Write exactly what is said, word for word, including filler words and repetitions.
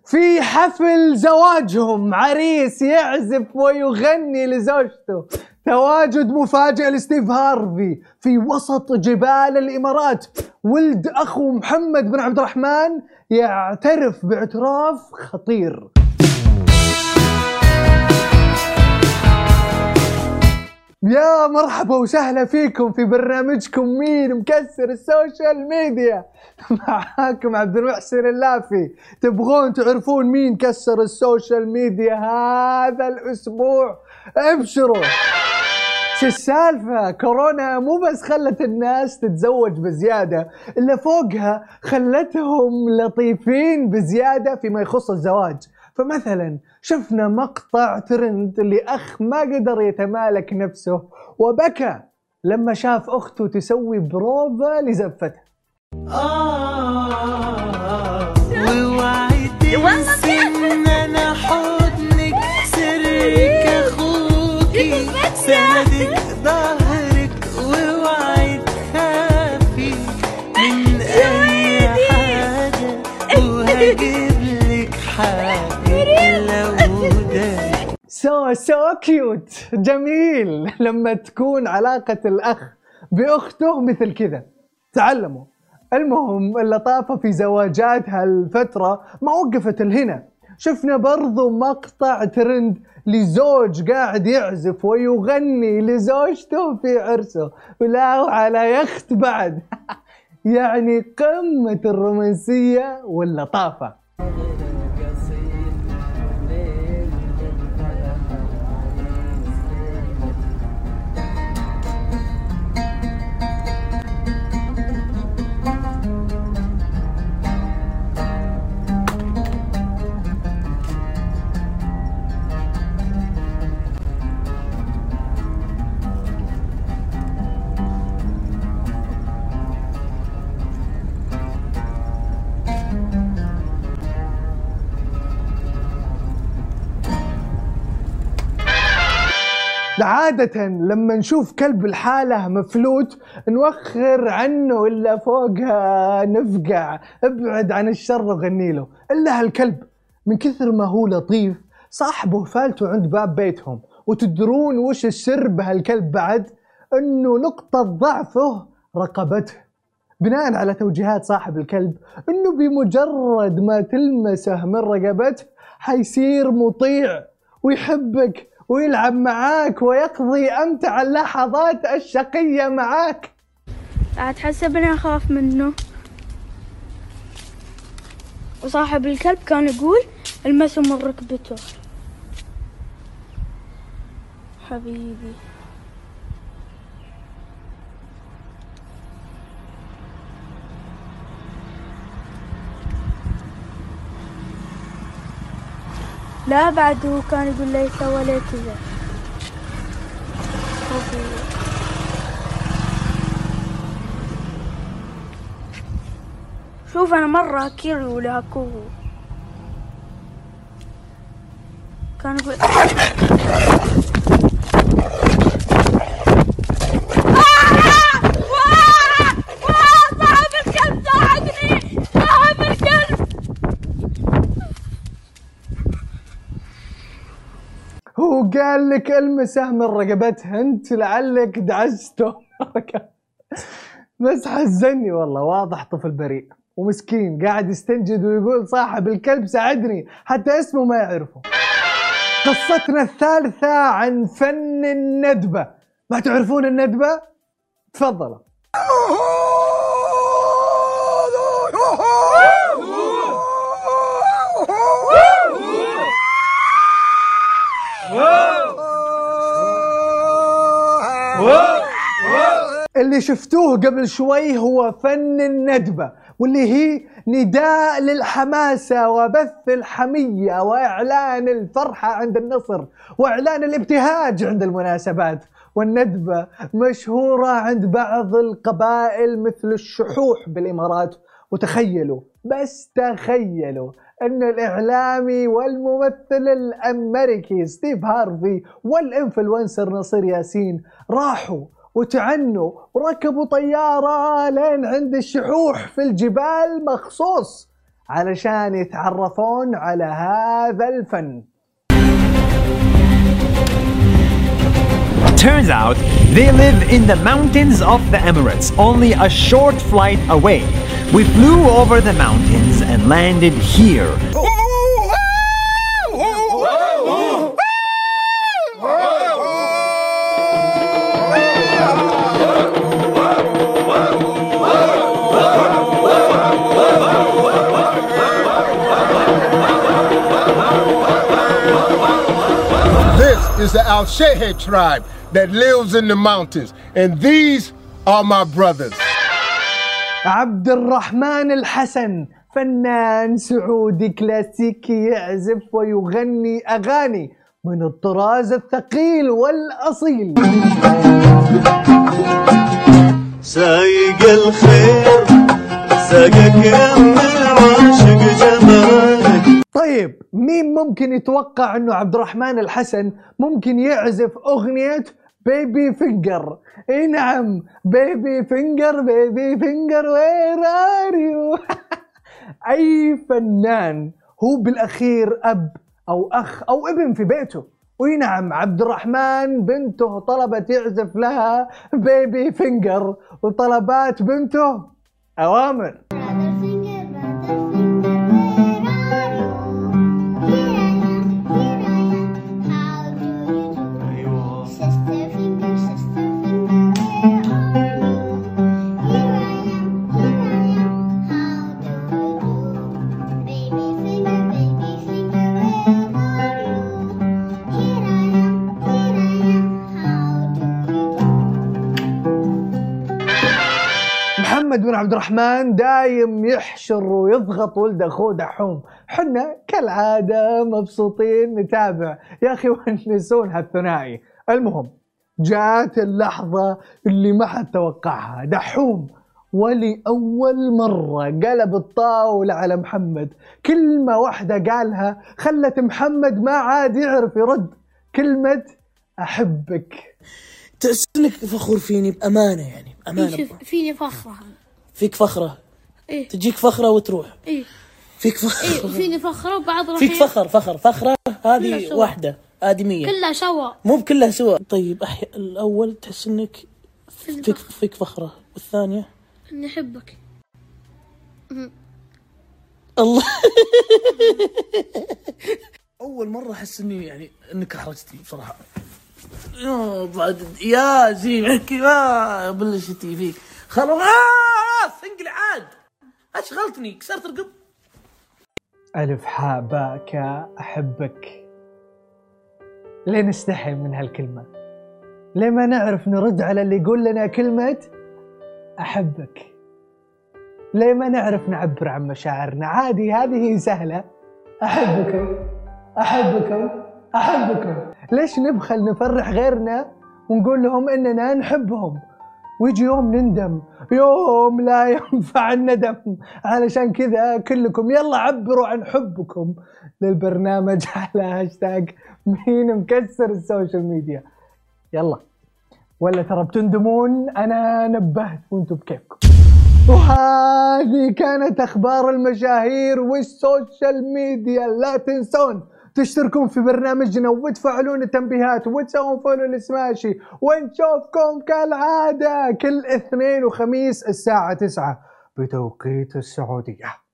في حفل زواجهم عريس يعزف ويغني لزوجته. تواجد مفاجئ لستيف هارفي في وسط جبال الإمارات. ولد أخو محمد بن عبد الرحمن يعترف باعتراف خطير. يا مرحبا وسهلا فيكم في برنامجكم مين مكسر السوشيال ميديا. معاكم عبد المحسن اللافي. تبغون تعرفون مين كسر السوشيال ميديا هذا الأسبوع؟ ابشروا. شو السالفة؟ كورونا مو بس خلت الناس تتزوج بزيادة، إلا فوقها خلتهم لطيفين بزيادة فيما يخص الزواج. فمثلا شفنا مقطع ترند لأخ ما قدر يتمالك نفسه وبكى لما شاف أخته تسوي بروفا لزفتها. آه ووعدتني إن أنا حضنك سرك أخوكي سندك ظهرك ووعد خافي من أي حاجة وهجيب لك حاجة لو ده. سو سو كيوت. جميل لما تكون علاقة الأخ بأخته مثل كذا. تعلموا. المهم اللطافة في زواجات هالفترة ما وقفت الهنا. شفنا برضو مقطع ترند لزوج قاعد يعزف ويغني لزوجته في عرسه ولا على يخت بعد. يعني قمة الرومانسية واللطافة. عادة لما نشوف كلب الحالة مفلوت نوخر عنه إلا فوقها نفقع. ابعد عن الشر وغني له. إلا هالكلب من كثر ما هو لطيف صاحبه فالته عند باب بيتهم. وتدرون وش السر بهالكلب بعد؟ إنه نقطة ضعفه رقبته. بناء على توجيهات صاحب الكلب إنه بمجرد ما تلمسه من رقبته حيصير مطيع ويحبك ويلعب معاك ويقضي أمتع اللحظات الشقية معاك. أتحسبني أخاف منه. وصاحب الكلب كان يقول المسه من ركبته. حبيبي لا بعده كان يقول لي سوى لي كذا. شوف انا مرة هكير ولا هكوه كان يقول هو قال لك المسه من رقبتها انت لعلك دعسته. بس حزني والله. واضح طفل بريء ومسكين قاعد يستنجد ويقول صاحب الكلب ساعدني حتى اسمه ما يعرفه. قصتنا الثالثة عن فن الندبة. ما تعرفون الندبة؟ تفضلوا. اللي شفتوه قبل شوي هو فن الندبة، واللي هي نداء للحماسة وبث الحمية وإعلان الفرحة عند النصر وإعلان الابتهاج عند المناسبات. والندبة مشهورة عند بعض القبائل مثل الشحوح بالإمارات. وتخيلوا بس تخيلوا أن الإعلامي والممثل الأمريكي ستيف هارفي والإنفلونسر نصير ياسين راحوا وتعنوا وركبوا طيارة لين عند الشحوح في الجبال مخصوص علشان يتعرفون على هذا الفن. Turns out they live in the mountains of the Emirates, only a short flight away. We flew over the mountains and landed here. This is the Al Shehe tribe that lives in the mountains, and these are my brothers. عبد الرحمن الحسن فنان سعودي كلاسيكي يعزف ويغني أغاني من الطراز الثقيل والأصيل. سايق الخير ساقك يا عاشق جمالك. طيب مين ممكن يتوقع انه عبد الرحمن الحسن ممكن يعزف اغنية بيبي فينجر؟ اي نعم، بيبي فينجر بيبي فينجر وير ار يو. اي فنان هو بالاخير اب او اخ او ابن في بيته. اي نعم، عبد الرحمن بنته طلبت يعزف لها بيبي فينجر، وطلبات بنته اوامر. محمد بن عبد الرحمن دايم يحشر ويضغط ولد اخوه دحوم. حنا كالعاده مبسوطين نتابع يا اخي ونسون هالثنائي. المهم جات اللحظه اللي ما حد توقعها. دحوم ولأول مرة قلب الطاولة على محمد. كلمة واحدة قالها خلت محمد ما عاد يعرف يرد. كلمة أحبك. تحس انك فخور فيني بامانه، يعني بامانه. فيني فخره. فيك فخره؟ ايه تجيك فخره وتروح. ايه فيك فخره. ايه فيني فخره وبعض فيك فخر فخر فخره هذه واحده ادميه كلها سوا، مو بكلها سوا. طيب أحي... الاول تحس انك فيك فيك فخره، والثانيه اني احبك. الله. اول مره احس اني يعني انك احرجتني بصراحه. يا بعد يا زين ما بلشتي فيك خلاص انقلع عاد. اشغلتني كسرت القب. ألف حاء باء كاء أحبك. ليه نستحي من هالكلمة؟ ليه ما نعرف نرد على اللي يقول لنا كلمة أحبك؟ ليه ما نعرف نعبر عن مشاعرنا؟ عادي، هذه سهلة. أحبكم أحبكم أحبكم. ليش نبخل نفرح غيرنا ونقول لهم إننا نحبهم، ويجي يوم نندم، يوم لا ينفع الندم. علشان كذا كلكم يلا عبروا عن حبكم للبرنامج على هاشتاج مين مكسر السوشيال ميديا. يلا، ولا ترى بتندمون، أنا نبهت وانتم بكيفكم. وهذه كانت أخبار المشاهير والسوشيال ميديا. لا تنسون تشتركون في برنامجنا وتفعلون التنبيهات وتسوون فولو لسماشي، ونشوفكم كالعادة كل اثنين وخميس الساعة تسعة بتوقيت السعودية.